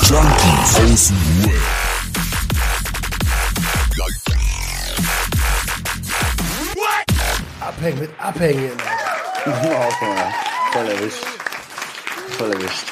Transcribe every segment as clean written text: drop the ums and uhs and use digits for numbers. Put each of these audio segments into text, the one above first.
Junkies aus dem Web. Abhängen mit Abhängen. Okay, voll erwischt.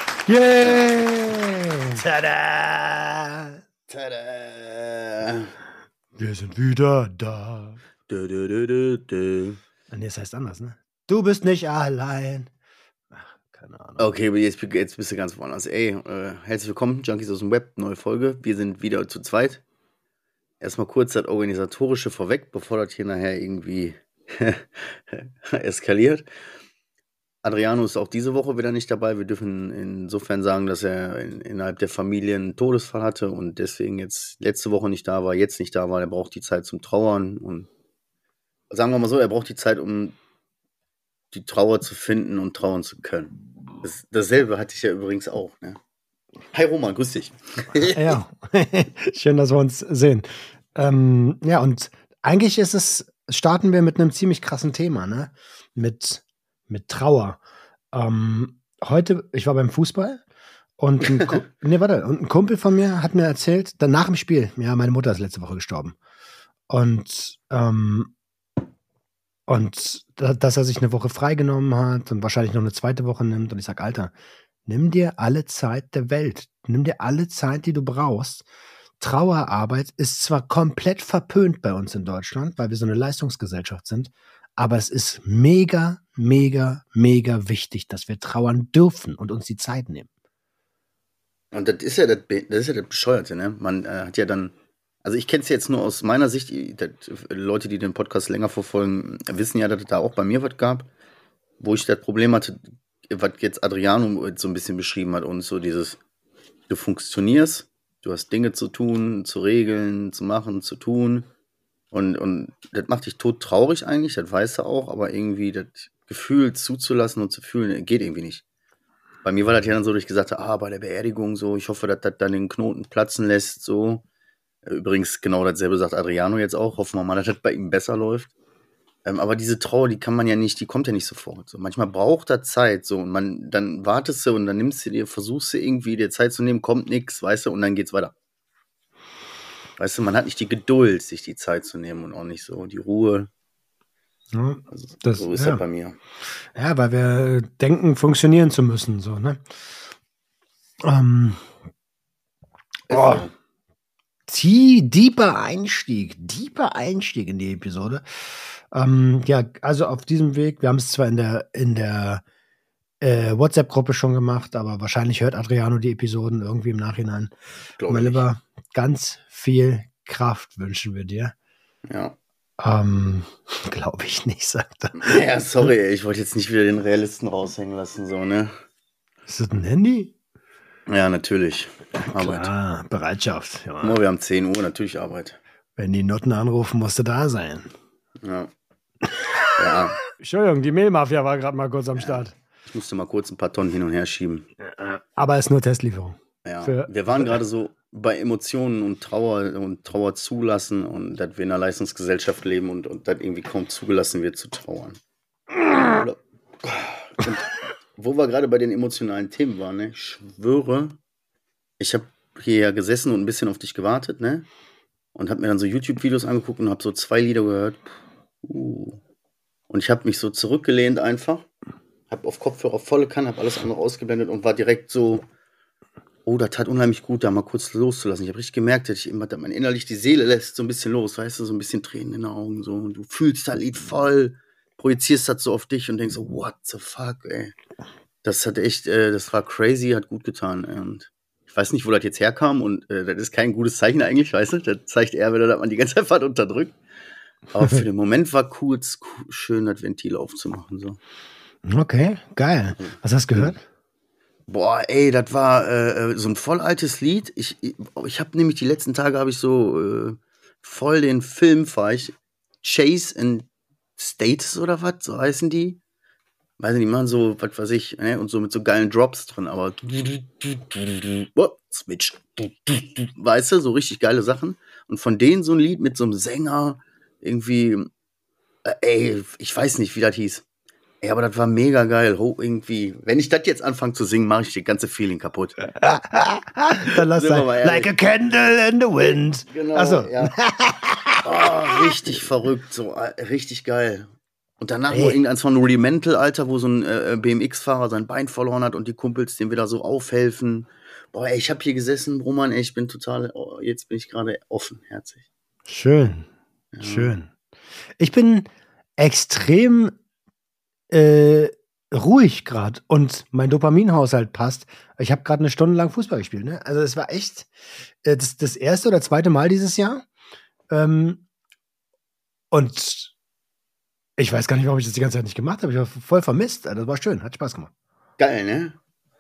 Yeah! Tada! Tada! Wir sind wieder da. Du. Nee, das heißt anders, ne? Du bist nicht allein. Ach, keine Ahnung. Okay, aber jetzt bist du ganz woanders. Ey, herzlich willkommen, Junkies aus dem Web, neue Folge. Wir sind wieder zu zweit. Erstmal kurz das Organisatorische vorweg, bevor das hier nachher irgendwie eskaliert. Adriano ist auch diese Woche wieder nicht dabei. Wir dürfen insofern sagen, dass er innerhalb der Familie einen Todesfall hatte und deswegen jetzt letzte Woche nicht da war, jetzt nicht da war. Er braucht die Zeit zum Trauern und sagen wir mal so, er braucht die Zeit, um die Trauer zu finden und trauern zu können. Dasselbe hatte ich ja übrigens auch. Ne? Hi Roman, grüß dich. Ja, schön, dass wir uns sehen. Ja, und eigentlich starten wir mit einem ziemlich krassen Thema, ne? Mit Trauer. Heute, ich war beim Fußball und ein Kumpel von mir hat mir erzählt, dann nach dem Spiel, ja, meine Mutter ist letzte Woche gestorben. Und dass er sich eine Woche freigenommen hat und wahrscheinlich noch eine zweite Woche nimmt. Und ich sag, Alter, nimm dir alle Zeit der Welt. Nimm dir alle Zeit, die du brauchst. Trauerarbeit ist zwar komplett verpönt bei uns in Deutschland, weil wir so eine Leistungsgesellschaft sind, aber es ist mega, mega, mega wichtig, dass wir trauern dürfen und uns die Zeit nehmen. Und das ist ja das Bescheuerte, ne? Man hat ja dann, also ich kenne es jetzt nur aus meiner Sicht, Leute, die den Podcast länger verfolgen, wissen ja, dass es da auch bei mir was gab, wo ich das Problem hatte, was jetzt Adriano so ein bisschen beschrieben hat und so dieses, du funktionierst, du hast Dinge zu tun, zu regeln, zu machen, zu tun und das macht dich todtraurig eigentlich, das weißt du auch, aber irgendwie das Gefühl zuzulassen und zu fühlen, geht irgendwie nicht. Bei mir war das ja dann so, dass ich gesagt habe, bei der Beerdigung so, ich hoffe, dass das dann den Knoten platzen lässt, so. Übrigens, genau dasselbe sagt Adriano jetzt auch, hoffen wir mal, dass das bei ihm besser läuft. Aber diese Trauer, die kommt ja nicht sofort. So. Manchmal braucht das Zeit, so, und dann wartest du und dann versuchst du irgendwie dir Zeit zu nehmen, kommt nichts, weißt du, und dann geht's weiter. Weißt du, man hat nicht die Geduld, sich die Zeit zu nehmen und auch nicht so die Ruhe. Ja, Also, das ist das bei mir. Ja, weil wir denken, funktionieren zu müssen, so, ne? Deeper Einstieg in die Episode. Ja, also auf diesem Weg, wir haben es zwar in der WhatsApp-Gruppe schon gemacht, aber wahrscheinlich hört Adriano die Episoden irgendwie im Nachhinein. Mein Lieber, ganz viel Kraft wünschen wir dir. Ja. Glaube ich nicht, sagt er. Ja, sorry, ich wollte jetzt nicht wieder den Realisten raushängen lassen, so, ne? Ist das ein Handy? Ja, natürlich. Arbeit. Klar, Bereitschaft. Ja. Wir haben 10 Uhr, natürlich Arbeit. Wenn die Noten anrufen, musst du da sein. Ja. Entschuldigung, die Mehlmafia war gerade mal kurz am Start. Ich musste mal kurz ein paar Tonnen hin und her schieben. Aber es ist nur Testlieferung. Ja. Wir waren gerade so bei Emotionen und Trauer zulassen und dass wir in einer Leistungsgesellschaft leben und das irgendwie kaum zugelassen wird zu trauern. Und wo wir gerade bei den emotionalen Themen waren, ne? Ich schwöre, ich habe hier ja gesessen und ein bisschen auf dich gewartet, ne? Und habe mir dann so YouTube-Videos angeguckt und habe so 2 Lieder gehört. Und ich habe mich so zurückgelehnt einfach, habe auf Kopfhörer volle Kanne, habe alles andere ausgeblendet und war direkt so, das tat unheimlich gut, da mal kurz loszulassen. Ich habe richtig gemerkt, dass man innerlich die Seele lässt so ein bisschen los, weißt du, so ein bisschen Tränen in den Augen, so. Und du fühlst das Lied voll, projizierst das so auf dich und denkst so, what the fuck, ey. Das hat echt, das war crazy, hat gut getan. Und ich weiß nicht, wo das jetzt herkam und das ist kein gutes Zeichen eigentlich, weißt du. Das zeigt eher wieder, dass man die ganze Zeit unterdrückt. Aber für den Moment war kurz schön, das Ventil aufzumachen, so. Okay, geil. Was hast du gehört? Boah, ey, das war so ein voll altes Lied. Ich habe nämlich die letzten Tage habe ich so voll den Film Chase and Status oder was, so heißen die. Weiß nicht, die machen so, was weiß ich, ne? Und so mit so geilen Drops drin, aber Switch, weißt du, so richtig geile Sachen. Und von denen so ein Lied mit so einem Sänger, irgendwie, ey, ich weiß nicht, wie das hieß. Ja, aber das war mega geil. Irgendwie, wenn ich das jetzt anfange zu singen, mache ich das ganze Feeling kaputt. Dann lass sein. Like a candle in the wind. Genau, Achso. ja. Oh, richtig verrückt, so richtig geil. Und danach noch irgendeins von Rudimental, Alter, wo so ein BMX-Fahrer sein Bein verloren hat und die Kumpels dem wieder so aufhelfen. Boah, ey, ich hab hier gesessen, Roman, ey, ich bin total, jetzt bin ich gerade offenherzig. Schön, Ja. schön. Ich bin extrem ruhig gerade und mein Dopaminhaushalt passt. Ich habe gerade eine Stunde lang Fußball gespielt. Ne? Also es war echt das erste oder zweite Mal dieses Jahr. Und ich weiß gar nicht, warum ich das die ganze Zeit nicht gemacht habe. Ich war voll vermisst. Also, das war schön, hat Spaß gemacht. Geil, ne?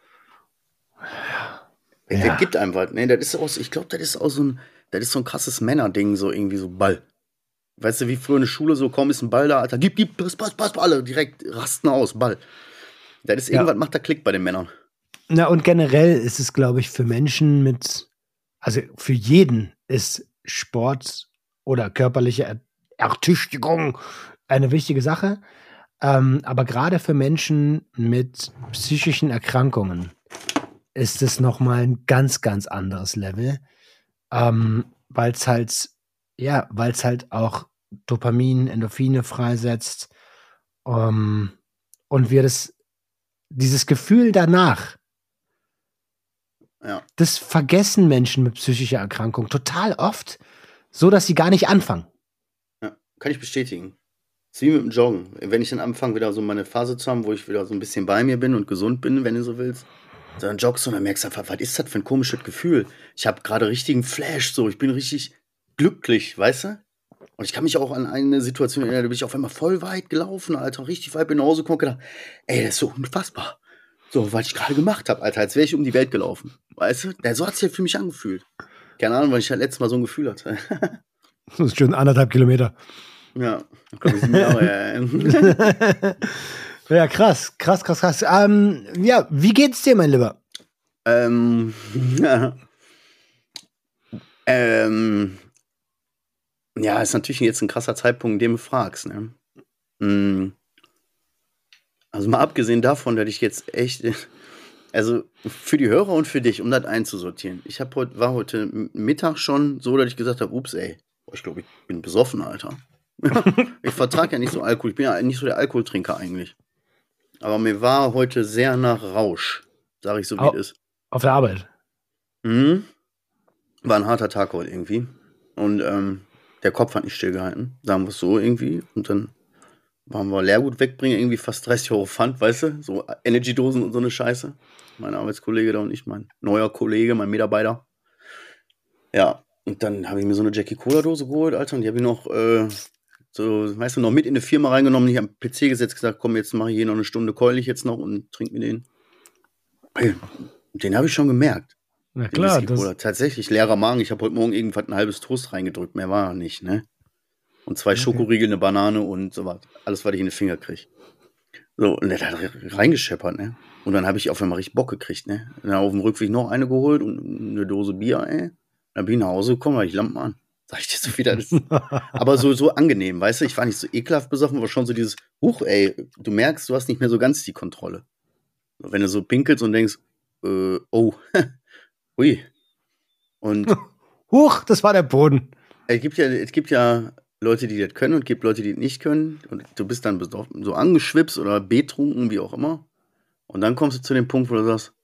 Ja. Das gibt einem was. Ne? Das ist auch, ich glaube, das ist so ein krasses Männerding, so irgendwie so Ball. Weißt du, wie früher in der Schule, so kaum ist ein Ball da, Alter, gib, pass, alle direkt rasten aus, Ball. Das ist irgendwas, macht der Klick bei den Männern. Na, und generell ist es, glaube ich, für Menschen also für jeden ist Sport oder körperliche Ertüchtigung eine wichtige Sache. Aber gerade für Menschen mit psychischen Erkrankungen ist es nochmal ein ganz, ganz anderes Level. Weil es halt auch Dopamin, Endorphine freisetzt. Und wir dieses Gefühl danach, das vergessen Menschen mit psychischer Erkrankung total oft, so dass sie gar nicht anfangen. Ja, kann ich bestätigen. Es ist wie mit dem Joggen. Wenn ich dann anfange, wieder so meine Phase zu haben, wo ich wieder so ein bisschen bei mir bin und gesund bin, wenn du so willst, dann joggst du und dann merkst du einfach, was ist das für ein komisches Gefühl? Ich habe gerade richtigen Flash, so, ich bin richtig glücklich, weißt du? Und ich kann mich auch an eine Situation erinnern, da bin ich auf einmal voll weit gelaufen, Alter, richtig weit, bin nach Hause gekommen und gedacht, ey, das ist so unfassbar. So, was ich gerade gemacht habe, Alter, als wäre ich um die Welt gelaufen. Weißt du? So hat es sich halt für mich angefühlt. Keine Ahnung, weil ich halt letztes Mal so ein Gefühl hatte. Das ist schon 1,5 Kilometer. Ja, ich glaube, 7 Jahre. Ja, krass. Ja, wie geht's dir, mein Lieber? Ja, ist natürlich jetzt ein krasser Zeitpunkt, in dem du fragst, ne? Also mal abgesehen davon, dass ich jetzt echt, also für die Hörer und für dich, um das einzusortieren. Ich war heute Mittag schon so, dass ich gesagt habe, ups, ey, ich glaube, ich bin besoffen, Alter. Ich vertrage ja nicht so Alkohol, ich bin ja nicht so der Alkoholtrinker eigentlich. Aber mir war heute sehr nach Rausch, sage ich so, wie es ist. Auf der Arbeit? War ein harter Tag heute irgendwie. Und der Kopf hat nicht stillgehalten, sagen wir es so irgendwie. Und dann waren wir Leergut wegbringen, irgendwie fast 30 Euro Pfand, weißt du? So Energy-Dosen und so eine Scheiße. Mein Arbeitskollege da und ich, mein neuer Kollege, mein Mitarbeiter. Ja, und dann habe ich mir so eine Jackie-Cola-Dose geholt, Alter. Und die habe ich noch, weißt du, noch mit in die Firma reingenommen. Ich habe am PC gesetzt, gesagt, komm, jetzt mache ich hier noch eine Stunde, keule ich jetzt noch und trinke mir den. Den habe ich schon gemerkt. Na klar. Tatsächlich, leerer Magen. Ich habe heute Morgen irgendwas ein halbes Toast reingedrückt. Mehr war nicht, ne? Und 2 Schokoriegel, eine Banane und so was. Alles, was ich in den Finger kriege. So, und der hat reingescheppert, ne? Und dann habe ich auf einmal richtig Bock gekriegt, ne? Und dann auf dem Rückweg noch eine geholt und eine Dose Bier, ey. Dann bin ich nach Hause gekommen, weil ich Lampen an. Sag ich dir so wieder. Aber so angenehm, weißt du? Ich war nicht so ekelhaft besoffen, aber schon so dieses, ey, du merkst, du hast nicht mehr so ganz die Kontrolle. Wenn du so pinkelst und denkst, oh, ui. Und Huch, das war der Boden. Es gibt ja Leute, die das können und gibt Leute, die das nicht können. Und du bist dann so angeschwipst oder betrunken, wie auch immer. Und dann kommst du zu dem Punkt, wo du sagst,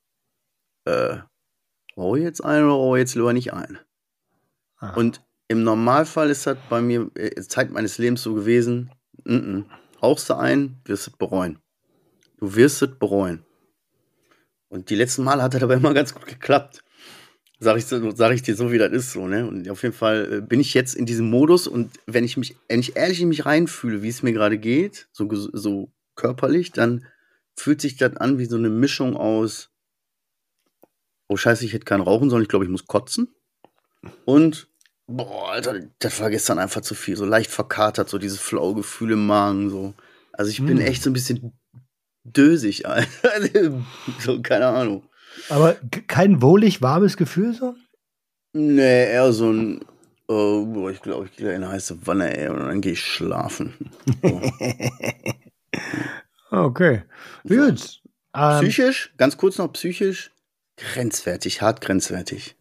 roll jetzt ein oder roll jetzt lieber nicht ein. Ah. Und im Normalfall ist das bei mir Zeit meines Lebens so gewesen, rauchst du ein, wirst du bereuen. Du wirst es bereuen. Und die letzten Male hat das aber immer ganz gut geklappt. Sag ich dir so, wie das ist, so, ne? Und auf jeden Fall bin ich jetzt in diesem Modus und wenn ich ehrlich in mich reinfühle, wie es mir gerade geht, so körperlich, dann fühlt sich das an wie so eine Mischung aus, oh scheiße, ich hätte keinen rauchen sollen, ich glaube, ich muss kotzen. Und, boah, Alter, das war gestern einfach zu viel, so leicht verkatert, so dieses Flow-Gefühl im Magen, so. Also ich bin echt so ein bisschen dösig, Alter. So, keine Ahnung. Aber kein wohlig warmes Gefühl so? Nee, eher so ein, ich glaube, ich gehe in eine heiße Wanne, ey, und dann gehe ich schlafen. So. Oh Okay. So. Gut. Psychisch, ganz kurz noch psychisch, grenzwertig, hart grenzwertig.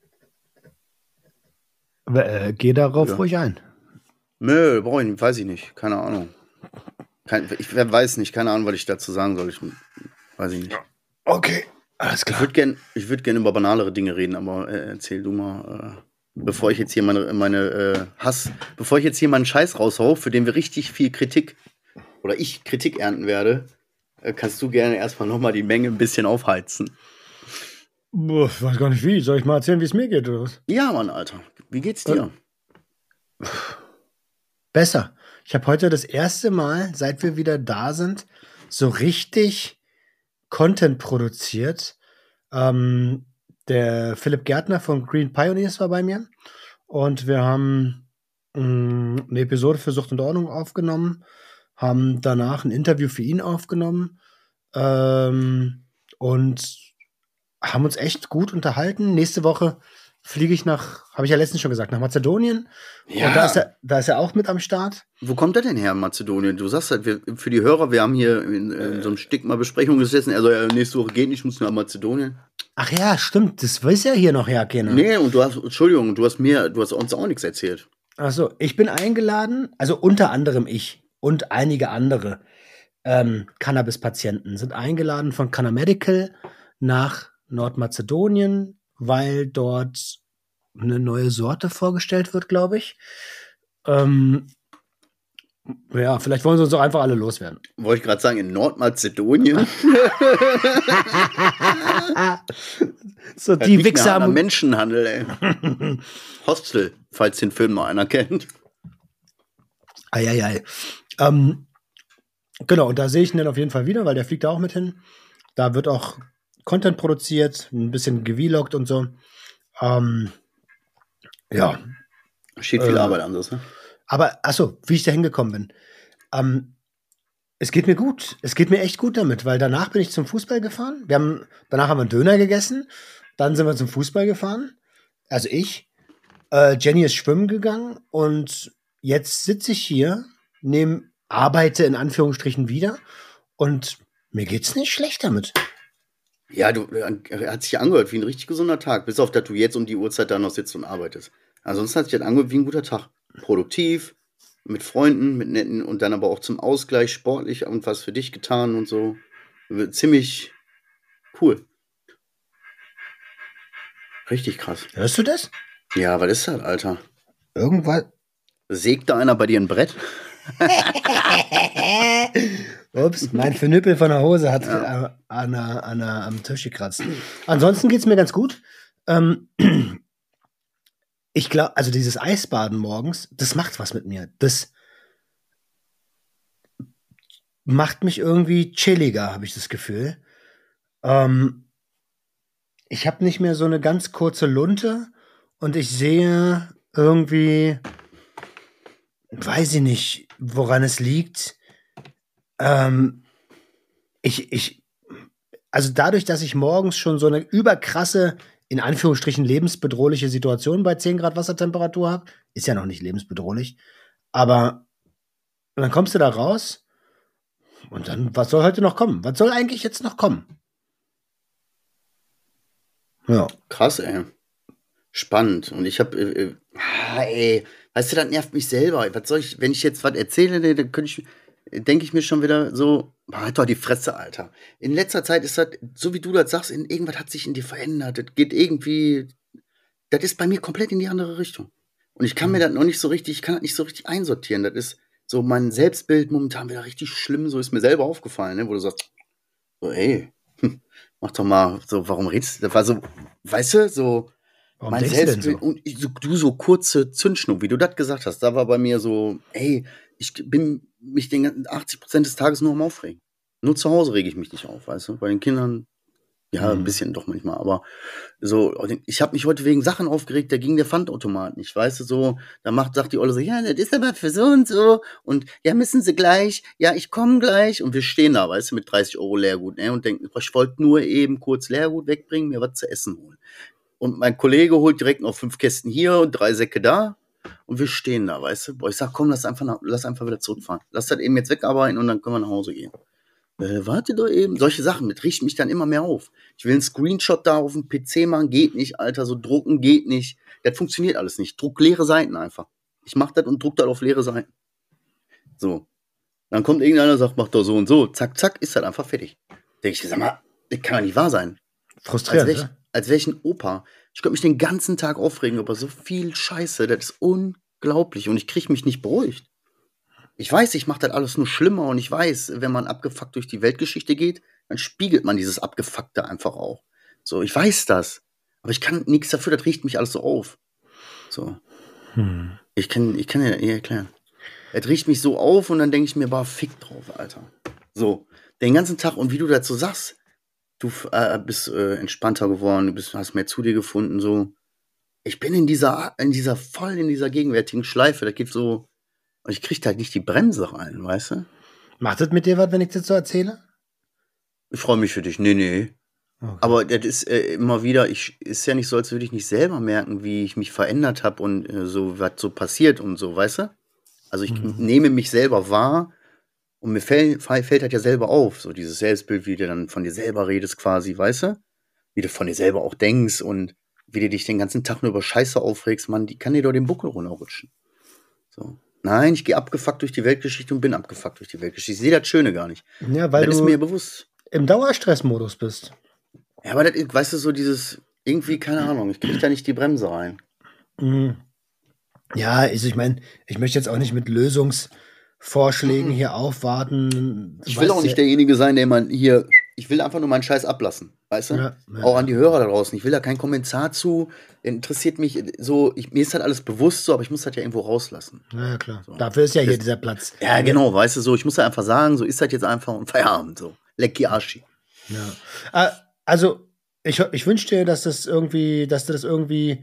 Geh darauf ruhig ein. Nö, weiß ich nicht, keine Ahnung. Ich weiß nicht, keine Ahnung, was ich dazu sagen soll. Weiß ich nicht. Okay, alles klar. Ich würd gern über banalere Dinge reden, aber erzähl du mal, bevor ich jetzt hier bevor ich jetzt hier meinen Scheiß raushau, für den wir richtig viel Kritik ernten werde, kannst du gerne erstmal nochmal die Menge ein bisschen aufheizen. Boah, ich weiß gar nicht wie. Soll ich mal erzählen, wie es mir geht, oder was? Ja, Mann, Alter. Wie geht's dir? Besser. Ich habe heute das erste Mal, seit wir wieder da sind, so richtig Content produziert. Der Philipp Gärtner von Green Pioneers war bei mir und wir haben eine Episode für Sucht und Ordnung aufgenommen, haben danach ein Interview für ihn aufgenommen und haben uns echt gut unterhalten. Nächste Woche fliege ich habe ich ja letztens schon gesagt, nach Mazedonien. Ja. Und da ist er auch mit am Start. Wo kommt er denn her, Mazedonien? Du sagst halt, für die Hörer, wir haben hier in so einem Stigma-Besprechung gesessen, er soll ja nächste Woche geht nicht, ich muss nach Mazedonien. Ach ja, stimmt, das weiß ja hier noch ja keiner. Nee, und du hast uns auch nichts erzählt. Ach so, ich bin eingeladen, also unter anderem ich und einige andere Cannabis-Patienten sind eingeladen von Canna Medical nach Nordmazedonien, weil dort eine neue Sorte vorgestellt wird, glaube ich. Ja, vielleicht wollen sie uns auch einfach alle loswerden. Wollte ich gerade sagen, in Nordmazedonien. So, die Wichser haben Menschenhandel, ey. Hostel, falls den Film mal einer kennt. Eieiei. Genau, und da sehe ich ihn dann auf jeden Fall wieder, weil der fliegt da auch mit hin. Da wird auch Content produziert, ein bisschen gevloggt und so. Ja. Steht viel Arbeit an das, ne? Aber, achso, wie ich da hingekommen bin. Es geht mir gut. Es geht mir echt gut damit, weil danach bin ich zum Fußball gefahren. Danach haben wir einen Döner gegessen. Dann sind wir zum Fußball gefahren. Also ich. Jenny ist schwimmen gegangen und jetzt sitze ich hier, arbeite in Anführungsstrichen wieder und mir geht's nicht schlecht damit. Ja, hat sich angehört wie ein richtig gesunder Tag, bis auf, dass du jetzt um die Uhrzeit da noch sitzt und arbeitest. Ansonsten hat sich das angehört wie ein guter Tag. Produktiv, mit Freunden, mit netten und dann aber auch zum Ausgleich sportlich und was für dich getan und so. Ziemlich cool. Richtig krass. Hörst du das? Ja, was ist das, Alter? Irgendwas. Sägt da einer bei dir ein Brett? Ups, mein Vernippel von der Hose hat am Tisch gekratzt. Ansonsten geht's mir ganz gut. Ich glaube, also dieses Eisbaden morgens, das macht was mit mir. Das macht mich irgendwie chilliger, habe ich das Gefühl. Ich habe nicht mehr so eine ganz kurze Lunte und ich sehe irgendwie, weiß ich nicht, woran es liegt. Also dadurch, dass ich morgens schon so eine überkrasse, in Anführungsstrichen lebensbedrohliche Situation bei 10 Grad Wassertemperatur habe, ist ja noch nicht lebensbedrohlich, aber dann kommst du da raus und dann, was soll heute noch kommen? Was soll eigentlich jetzt noch kommen? Ja. Krass, ey. Spannend. Und ich habe, weißt du, das nervt mich selber. Was soll ich, wenn ich jetzt was erzähle, dann denke ich mir schon wieder so, halt doch die Fresse, Alter. In letzter Zeit ist das, so wie du das sagst, irgendwas hat sich in dir verändert. Das geht irgendwie, das ist bei mir komplett in die andere Richtung. Und ich kann mir das noch nicht so richtig, ich kann das nicht so richtig einsortieren. Das ist so mein Selbstbild momentan wieder richtig schlimm. So ist mir selber aufgefallen, ne? Wo du sagst, so, ey, mach doch mal, so, warum redest du? Das war so, weißt du, so, Warum mein denkst du denn Selbstbild so? und du so kurze Zündschnur, wie du das gesagt hast, da war bei mir so, ey, ich bin mich den ganzen 80% des Tages nur am Aufregen. Nur zu Hause rege ich mich nicht auf, weißt du? Bei den Kindern, ja, ein bisschen doch manchmal, aber so, ich habe mich heute wegen Sachen aufgeregt, da ging der Pfandautomat nicht, weißt du, so, sagt die Olle so, ja, das ist aber für so und ja, müssen sie gleich, ja, ich komme gleich und wir stehen da, weißt du, mit 30 Euro Leergut, ne, und denken, ich wollte nur eben kurz Leergut wegbringen, mir was zu essen holen. Und mein Kollege holt direkt noch 5 Kästen hier und 3 Säcke da. Und wir stehen da, weißt du? Boah, ich sag, komm, lass einfach wieder zurückfahren. Lass das eben jetzt wegarbeiten und dann können wir nach Hause gehen. Warte doch eben. Solche Sachen, das riecht mich dann immer mehr auf. Ich will einen Screenshot da auf dem PC machen, geht nicht, Alter. So drucken geht nicht. Das funktioniert alles nicht. Druck leere Seiten einfach. Ich mach das und druck das auf leere Seiten. So. Dann kommt irgendeiner und sagt, mach doch so und so. Zack, zack, ist das einfach fertig. Denke ich, sag mal, das kann ja nicht wahr sein. Frustrierend, Als wäre ich ein Opa. Ich könnte mich den ganzen Tag aufregen über so viel Scheiße. Das ist unglaublich. Und ich kriege mich nicht beruhigt. Ich weiß, ich mache das alles nur schlimmer. Und ich weiß, wenn man abgefuckt durch die Weltgeschichte geht, dann spiegelt man dieses Abgefuckte einfach auch. So, ich weiß das. Aber ich kann nichts dafür, das riecht mich alles so auf. So. Ich kann dir eher erklären. Es riecht mich so auf und dann denke ich mir, bah, fick drauf, Alter. So, den ganzen Tag. Und wie du dazu sagst, du bist entspannter geworden, hast mehr zu dir gefunden, so. Ich bin in dieser gegenwärtigen Schleife, da geht so, und ich krieg halt nicht die Bremse rein, weißt du? Macht das mit dir was, wenn ich das so erzähle? Ich freue mich für dich, nee. Okay. Aber das ist immer wieder, ist ja nicht so, als würde ich nicht selber merken, wie ich mich verändert habe und so, was so passiert und so, weißt du? Also ich nehme mich selber wahr und mir fällt halt ja selber auf, so dieses Selbstbild, wie du dann von dir selber redest quasi, weißt du? Wie du von dir selber auch denkst und wie du dich den ganzen Tag nur über Scheiße aufregst, Mann, die kann dir doch den Buckel runterrutschen. So. Nein, ich gehe abgefuckt durch die Weltgeschichte und bin abgefuckt durch die Weltgeschichte. Ich sehe das Schöne gar nicht. Ja, weil das du ist mir bewusst. Im Dauerstressmodus bist. Ja, aber das, weißt du, so dieses, irgendwie, keine Ahnung, ich kriege da nicht die Bremse rein. Ja, also ich meine, ich möchte jetzt auch nicht mit Lösungsvorschlägen hier aufwarten. Ich will auch nicht derjenige sein, der man hier, ich will einfach nur meinen Scheiß ablassen, weißt du? Ja, auch an die Hörer da draußen. Ich will da keinen Kommentar zu, interessiert mich so, mir ist halt alles bewusst so, aber ich muss das ja irgendwo rauslassen. Ja, klar. So. Dafür ist ja hier dieser Platz. Ja, genau, weißt du, so, ich muss ja einfach sagen, so ist das jetzt einfach und Feierabend, so. Lecki Arschi. Ja. Also, ich wünsche dir, dass du das irgendwie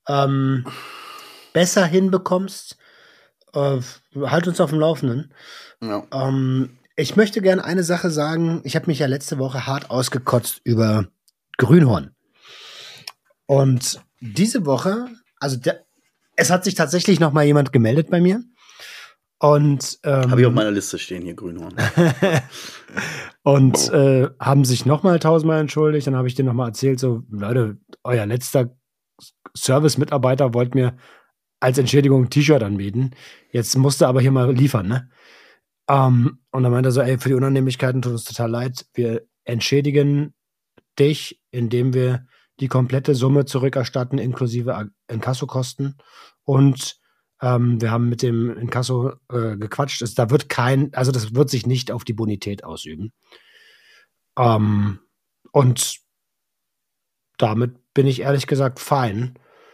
besser hinbekommst. Halt uns auf dem Laufenden. Ja. Ich möchte gerne eine Sache sagen. Ich habe mich ja letzte Woche hart ausgekotzt über Grünhorn. Und diese Woche, also es hat sich tatsächlich noch mal jemand gemeldet bei mir. Und habe ich auf meiner Liste stehen hier, Grünhorn. Und haben sich noch mal 1000-mal entschuldigt. Dann habe ich denen noch mal erzählt, so, Leute, euer letzter Service-Mitarbeiter wollte mir als Entschädigung ein T-Shirt anbieten. Jetzt musste aber hier mal liefern, ne? Und dann meinte er so, ey, für die Unannehmlichkeiten tut uns total leid. Wir entschädigen dich, indem wir die komplette Summe zurückerstatten, inklusive Inkassokosten. Und wir haben mit dem Inkasso gequatscht. Das wird sich nicht auf die Bonität ausüben. Und damit bin ich ehrlich gesagt fein.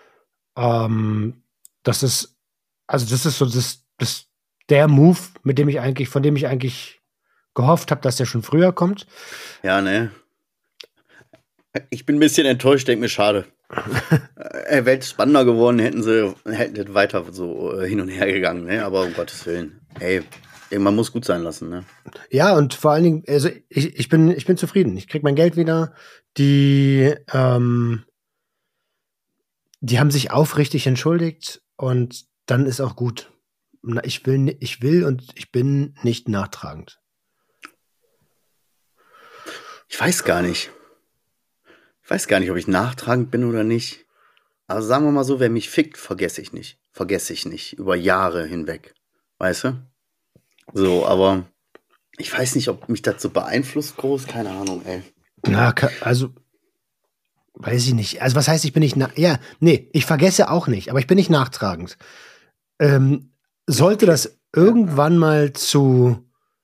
Das ist so der Move, von dem ich eigentlich gehofft habe, dass der schon früher kommt. Ja, ne. Ich bin ein bisschen enttäuscht, denke mir, schade. Wäre spannender geworden, hätten das weiter so hin und her gegangen, ne? Aber um Gottes Willen. Ey, man muss gut sein lassen, ne? Ja, und vor allen Dingen, also ich bin zufrieden. Ich krieg mein Geld wieder. Die haben sich aufrichtig entschuldigt und dann ist auch gut. Ich will und ich bin nicht nachtragend. Ich weiß gar nicht. Ob ich nachtragend bin oder nicht. Aber sagen wir mal so, wer mich fickt, vergesse ich nicht. Über Jahre hinweg. Weißt du? So, aber ich weiß nicht, ob mich das so beeinflusst groß. Keine Ahnung, ey. Na, also weiß ich nicht. Also was heißt, ich bin nicht ich vergesse auch nicht, aber ich bin nicht nachtragend. Sollte das irgendwann mal zu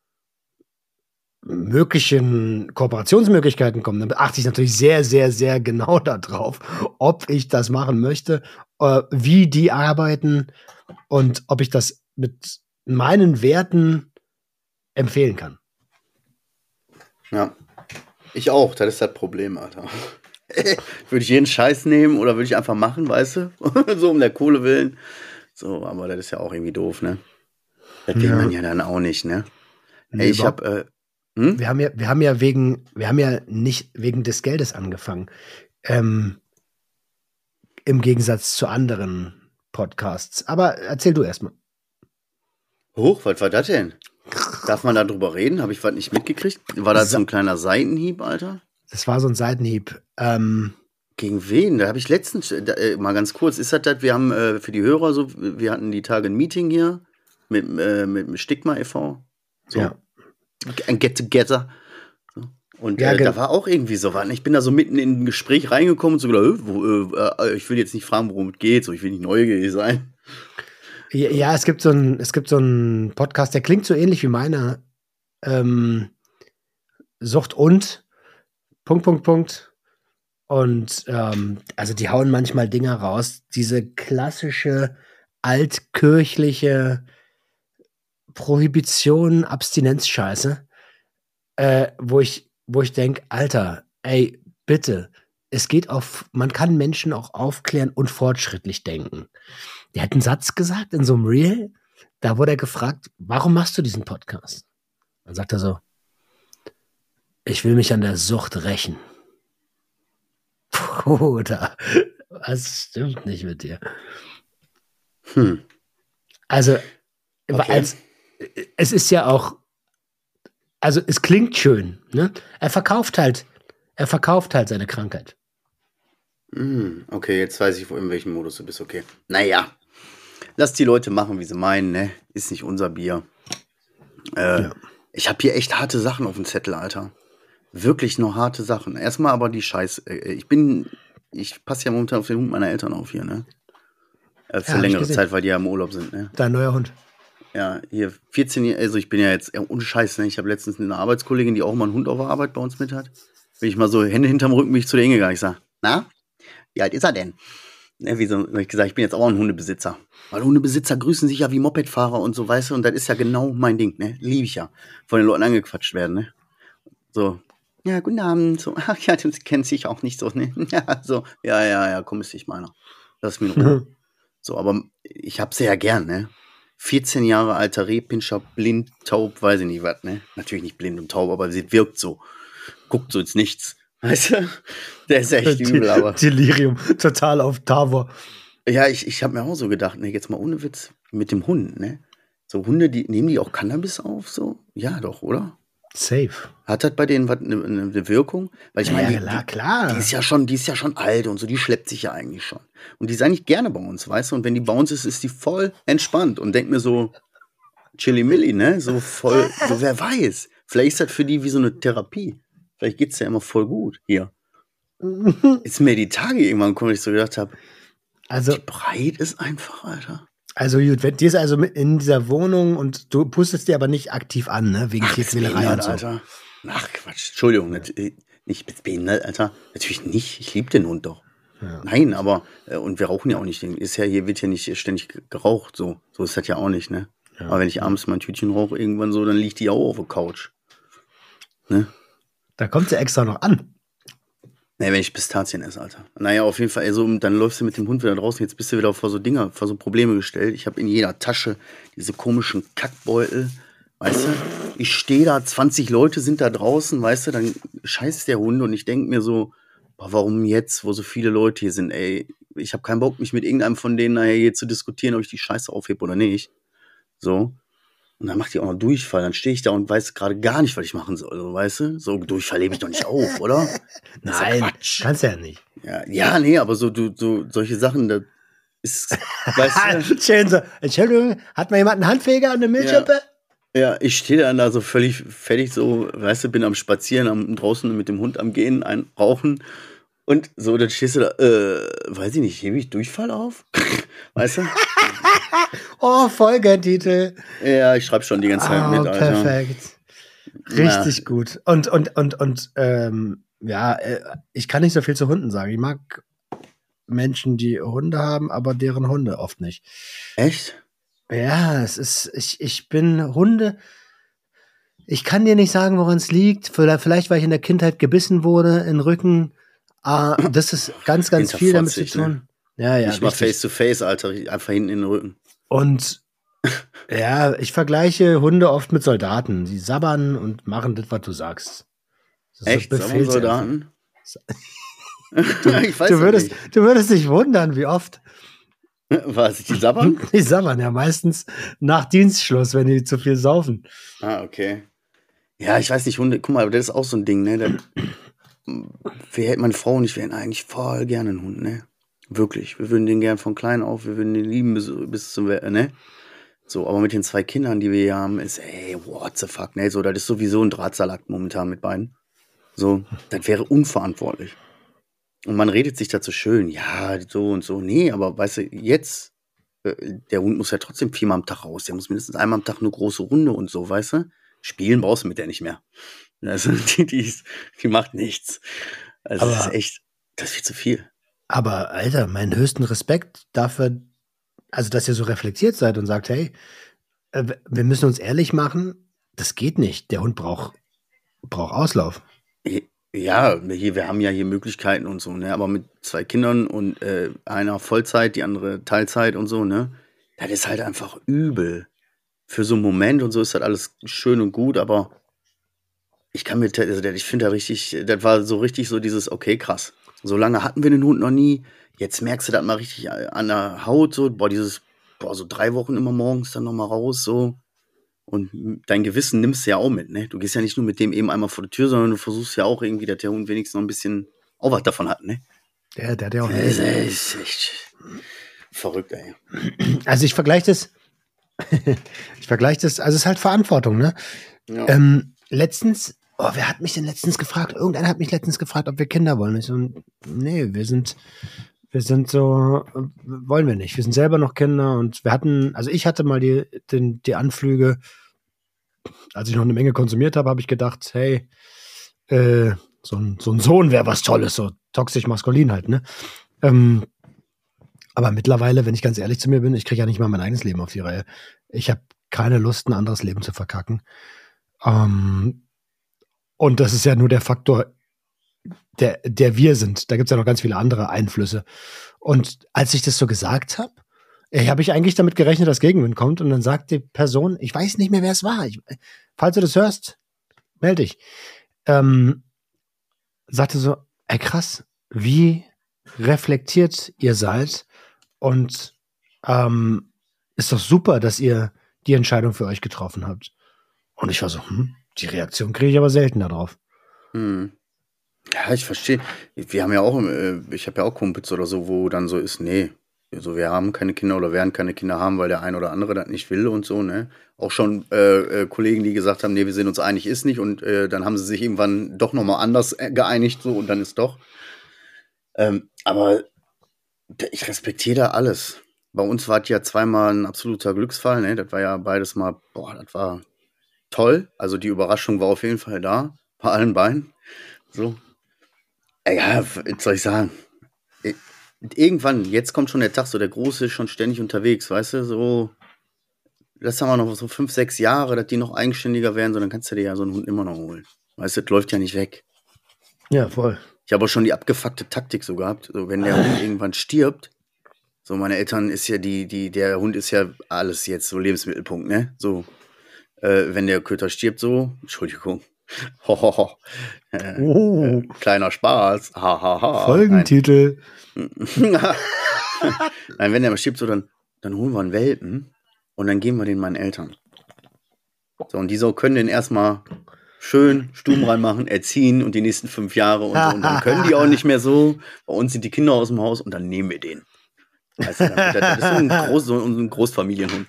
möglichen Kooperationsmöglichkeiten kommen, dann achte ich natürlich sehr, sehr, sehr genau darauf, ob ich das machen möchte, wie die arbeiten und ob ich das mit meinen Werten empfehlen kann. Ja, ich auch. Das ist das Problem, Alter. Würde ich jeden Scheiß nehmen oder würde ich einfach machen, weißt du? So um der Kohle willen. So, aber das ist ja auch irgendwie doof, ne? Das will man ja dann auch nicht, ne? Nee, ey, ich habe Wir haben ja nicht wegen des Geldes angefangen. Im Gegensatz zu anderen Podcasts. Aber erzähl du erstmal. Huch, was war das denn? Darf man da drüber reden? Habe ich was nicht mitgekriegt? War das so ein kleiner Seitenhieb, Alter? Das war so ein Seitenhieb. Gegen wen? Da habe ich letztens, mal ganz kurz, ist das, wir haben für die Hörer so, wir hatten die Tage ein Meeting hier mit dem Stigma e.V. So. Ja. Ein Get-Together. So. Und Ja, da war auch irgendwie so was. Ich bin da so mitten in ein Gespräch reingekommen und so gedacht, ich will jetzt nicht fragen, worum es geht, so, ich will nicht neugierig sein. Ja, es gibt so einen Podcast, der klingt so ähnlich wie meiner. Sucht und Punkt. Und also die hauen manchmal Dinger raus. Diese klassische altkirchliche Prohibition, Abstinenzscheiße, wo ich denke, Alter, ey, bitte, man kann Menschen auch aufklären und fortschrittlich denken. Der hat einen Satz gesagt in so einem Reel, da wurde er gefragt, warum machst du diesen Podcast? Dann sagt er so, ich will mich an der Sucht rächen. Bruder, was stimmt nicht mit dir? Also, Okay. es ist ja auch, also es klingt schön, ne? Er verkauft halt seine Krankheit. Okay, jetzt weiß ich, in welchem Modus du bist, okay. Naja, lass die Leute machen, wie sie meinen, ne? Ist nicht unser Bier. Ja. Ich habe hier echt harte Sachen auf dem Zettel, Alter. Wirklich noch harte Sachen. Erstmal aber die Scheiß. Ich passe ja momentan auf den Hund meiner Eltern auf hier, ne? Für hab ich längere gesehen. Zeit, weil die ja im Urlaub sind, ne? Dein neuer Hund. Ja, hier 14 Jahre, also ich bin ja jetzt ohne Scheiß, ne? Ich habe letztens eine Arbeitskollegin, die auch mal einen Hund auf der Arbeit bei uns mit hat. Bin ich mal so Hände hinterm Rücken, bin ich zu der hingegangen. Ich sag, na, wie alt ist er denn? Ne, hab ich gesagt, ich bin jetzt auch ein Hundebesitzer. Weil Hundebesitzer grüßen sich ja wie Mopedfahrer und so, weißt du, und das ist ja genau mein Ding, ne? Liebe ich ja. Von den Leuten angequatscht werden, ne? So, ja, guten Abend. So, ach ja, du kennst dich auch nicht so, ne? Ja, so, ja, komm, ist nicht meiner. Lass mich in Ruhe. So, aber ich hab sie ja gern, ne? 14 Jahre alter Rehpinscher, blind, taub, weiß ich nicht was, ne? Natürlich nicht blind und taub, aber sie wirkt so. Guckt so ins Nichts. Weißt du? Der ist echt übel, aber. Delirium, total auf Tavor. Ja, ich habe mir auch so gedacht, ne, jetzt mal ohne Witz, mit dem Hund, ne? So Hunde, nehmen die auch Cannabis auf, so? Ja, doch, oder? Safe. Hat das bei denen eine Wirkung? Weil ich meine, Ja, klar. die ist ja schon alt und so, die schleppt sich ja eigentlich schon. Und die ist eigentlich gerne bei uns, weißt du? Und wenn die bei uns ist die voll entspannt und denkt mir so, Chili-Milli, ne? So voll, so wer weiß. Vielleicht ist das für die wie so eine Therapie. Vielleicht geht's ja immer voll gut hier. Ist mir die Tage irgendwann gekommen, ich so gedacht habe, Also, wie breit ist einfach, Alter. also gut, die ist also mit in dieser Wohnung und du pustest die aber nicht aktiv an, ne? Wegen Tierquälerei und so. Alter. Ach, Quatsch. Entschuldigung, nicht behindert, Alter. Natürlich nicht. Ich liebe den Hund doch. Ja. Nein, aber, und wir rauchen ja auch nicht. Hier wird ja nicht ständig geraucht, so. So ist das ja auch nicht, ne? Ja. Aber wenn ich abends mein Tütchen rauche, irgendwann so, dann liegt die auch auf der Couch. Ne? Da kommt sie extra noch an. Nee, wenn ich Pistazien esse, Alter. Naja, auf jeden Fall, also, dann läufst du mit dem Hund wieder draußen, jetzt bist du wieder vor so Probleme gestellt. Ich habe in jeder Tasche diese komischen Kackbeutel, weißt du? Ich stehe da, 20 Leute sind da draußen, weißt du, dann scheißt der Hund und ich denke mir so, boah, warum jetzt, wo so viele Leute hier sind, ey, ich habe keinen Bock, mich mit irgendeinem von denen nachher hier zu diskutieren, ob ich die Scheiße aufhebe oder nicht. So. Und dann macht die auch noch Durchfall. Dann stehe ich da und weiß gerade gar nicht, was ich machen soll. So, weißt du? So Durchfall lebe ich doch nicht auf, oder? Das ist ja Nein, Quatsch. kannst ja nicht. Ja, nee, aber so solche Sachen, da ist, weißt du? Schön so. Entschuldigung, hat mal jemand einen Handfeger und eine Milchschippe? Ja, ich stehe dann da so völlig fertig, so, weißt du, bin am Spazieren, draußen mit dem Hund am Gehen, rauchen. Und so, dann stehst du da, weiß ich nicht, hebe ich Durchfall auf? Weißt du? Oh, Folgetitel. Ja, ich schreibe schon die ganze Zeit mit, Alter. Perfekt. Richtig gut. Und ich kann nicht so viel zu Hunden sagen. Ich mag Menschen, die Hunde haben, aber deren Hunde oft nicht. Echt? Ja, ich bin Hunde. Ich kann dir nicht sagen, woran es liegt. Vielleicht, weil ich in der Kindheit gebissen wurde, in den Rücken. Das ist ganz, ganz viel damit zu tun. Ne? Ja, ich mach Face-to-Face, Alter, einfach hinten in den Rücken. Und ja, ich vergleiche Hunde oft mit Soldaten. Sie sabbern und machen das, was du sagst. Das echt? Soldaten? Ich weiß du würdest dich wundern, wie oft. Was, die sabbern? Die sabbern ja meistens nach Dienstschluss, wenn die zu viel saufen. Ah, okay. Ja, ich weiß nicht, Hunde, guck mal, aber das ist auch so ein Ding, ne? Meine Frau und ich, wir hätten eigentlich voll gerne einen Hund, ne? Wirklich. Wir würden den gern von klein auf, wir würden den lieben bis zum, ne? So, aber mit den 2 Kindern, die wir hier haben, ist, ey, what the fuck, ne? So, das ist sowieso ein Drahtseilakt momentan mit beiden. So, das wäre unverantwortlich. Und man redet sich dazu schön, ja, so und so. Nee, aber weißt du, jetzt, der Hund muss ja trotzdem 4-mal am Tag raus. Der muss mindestens einmal am Tag eine große Runde und so, weißt du? Spielen brauchst du mit der nicht mehr. Also, die macht nichts. Also, das ist echt, das ist viel zu viel. Aber, Alter, meinen höchsten Respekt dafür, also, dass ihr so reflektiert seid und sagt, hey, wir müssen uns ehrlich machen, das geht nicht. Der Hund braucht Auslauf. Ja, wir haben ja hier Möglichkeiten und so, ne? Aber mit 2 Kindern und einer Vollzeit, die andere Teilzeit und so, ne? Das ist halt einfach übel. Für so einen Moment und so ist das alles schön und gut, aber ich finde da richtig, das war so richtig so dieses, okay, krass. So lange hatten wir den Hund noch nie. Jetzt merkst du das mal richtig an der Haut, so, so 3 Wochen immer morgens dann nochmal raus, so. Und dein Gewissen nimmst du ja auch mit, ne? Du gehst ja nicht nur mit dem eben einmal vor die Tür, sondern du versuchst ja auch irgendwie, dass der Hund wenigstens noch ein bisschen auch was davon hat, ne? Der hat ja auch Das ist echt verrückt, ey. Also ich vergleiche das, also es ist halt Verantwortung, ne? Ja. Letztens, wer hat mich denn letztens gefragt? Irgendeiner hat mich letztens gefragt, ob wir Kinder wollen. Ich so, nee, wir sind so, wollen wir nicht. Wir sind selber noch Kinder und ich hatte mal die Anflüge, als ich noch eine Menge konsumiert habe, habe ich gedacht, hey, so ein Sohn wäre was Tolles, so toxisch maskulin halt, ne? Aber mittlerweile, wenn ich ganz ehrlich zu mir bin, ich kriege ja nicht mal mein eigenes Leben auf die Reihe. Ich habe keine Lust, ein anderes Leben zu verkacken. Und das ist ja nur der Faktor, der wir sind. Da gibt es ja noch ganz viele andere Einflüsse. Und als ich das so gesagt habe, habe ich eigentlich damit gerechnet, dass Gegenwind kommt. Und dann sagt die Person, ich weiß nicht mehr, wer es war. Falls du das hörst, melde dich. Sagte so, ey krass, wie reflektiert ihr seid. Und ist doch super, dass ihr die Entscheidung für euch getroffen habt. Und ich war so, die Reaktion kriege ich aber selten darauf. Ja, ich verstehe. Wir haben ja auch, ich habe ja auch Kumpels oder so, wo dann so ist, nee, also wir haben keine Kinder oder werden keine Kinder haben, weil der ein oder andere das nicht will und so, ne? Auch schon Kollegen, die gesagt haben, nee, wir sind uns einig, ist nicht. Und dann haben sie sich irgendwann doch nochmal anders geeinigt, so, und dann ist doch. Aber ich respektiere da alles. Bei uns war es ja zweimal ein absoluter Glücksfall, ne? Das war ja beides mal, das war toll. Also die Überraschung war auf jeden Fall da, bei allen beiden. So. Ja, was soll ich sagen? Irgendwann, jetzt kommt schon der Tag, so der Große ist schon ständig unterwegs, weißt du, so, das haben wir noch so 5, 6 Jahre, dass die noch eigenständiger werden, so, dann kannst du dir ja so einen Hund immer noch holen. Weißt du, das läuft ja nicht weg. Ja, voll. Ich habe auch schon die abgefuckte Taktik so gehabt, so, wenn der Hund irgendwann stirbt, so, meine Eltern ist ja der Hund ist ja alles jetzt so Lebensmittelpunkt, ne, so, wenn der Köter stirbt, so, Entschuldigung, kleiner Spaß, hahaha. Folgentitel. Nein, wenn der mal stirbt, so, dann holen wir einen Welpen und dann geben wir den meinen Eltern. So, und die so können den erstmal schön Stuben reinmachen, erziehen und die nächsten 5 Jahre und so. Und dann können die auch nicht mehr so. Bei uns sind die Kinder aus dem Haus und dann nehmen wir den. Weißt du, das ist so ein Großfamilienhund.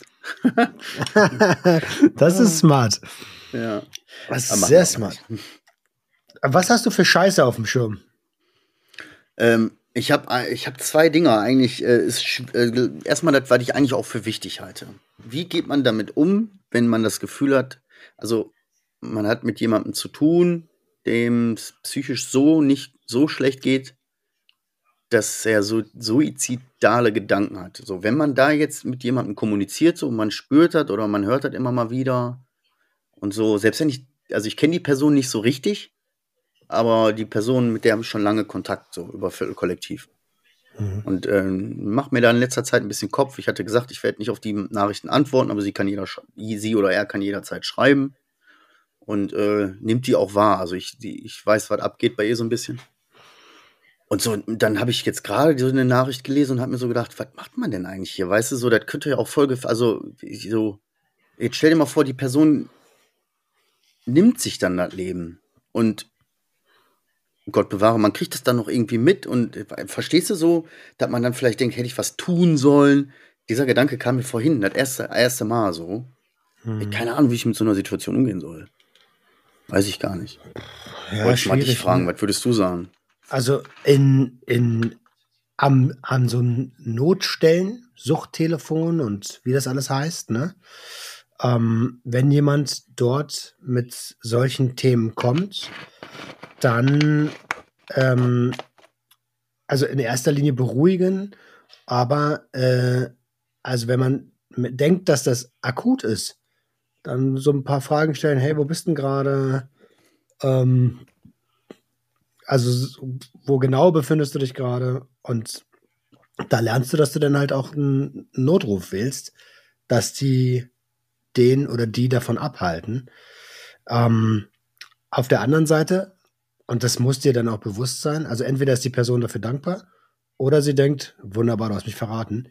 Das ist smart. Ja. Das ist sehr smart. Was hast du für Scheiße auf dem Schirm? Ich hab 2 Dinger eigentlich. Erstmal das, was ich eigentlich auch für wichtig halte. Wie geht man damit um, wenn man das Gefühl hat, also man hat mit jemandem zu tun, dem es psychisch so nicht so schlecht geht, dass er so suizidale Gedanken hat. So, wenn man da jetzt mit jemandem kommuniziert, so, und man spürt das oder man hört das immer mal wieder und so, selbst wenn ich kenne die Person nicht so richtig, aber die Person, mit der habe ich schon lange Kontakt, so über Viertelkollektiv. Und macht mir da in letzter Zeit ein bisschen Kopf. Ich hatte gesagt, ich werde nicht auf die Nachrichten antworten, aber sie oder er kann jederzeit schreiben und nimmt die auch wahr. Also ich weiß, was abgeht bei ihr so ein bisschen. Und so, dann habe ich jetzt gerade so eine Nachricht gelesen und habe mir so gedacht, was macht man denn eigentlich hier? Weißt du, so, das könnte ja auch also, so, jetzt stell dir mal vor, die Person nimmt sich dann das Leben. Und Gott bewahre, man kriegt das dann noch irgendwie mit und verstehst du so, dass man dann vielleicht denkt, hätte ich was tun sollen? Dieser Gedanke kam mir vorhin, das erste Mal so. Keine Ahnung, wie ich mit so einer Situation umgehen soll. Weiß ich gar nicht. Ja, Wollte ich mal dich schwierig, fragen, ne? was würdest du sagen? Also an so Notstellen, Suchttelefon und wie das alles heißt, ne? Wenn jemand dort mit solchen Themen kommt, dann also in erster Linie beruhigen, aber also wenn man denkt, dass das akut ist, dann so ein paar Fragen stellen, hey, wo bist du denn gerade? Also wo genau befindest du dich gerade? Und da lernst du, dass du dann halt auch einen Notruf wählst, dass die den oder die davon abhalten. Auf der anderen Seite, und das muss dir dann auch bewusst sein, also entweder ist die Person dafür dankbar oder sie denkt, wunderbar, du hast mich verraten.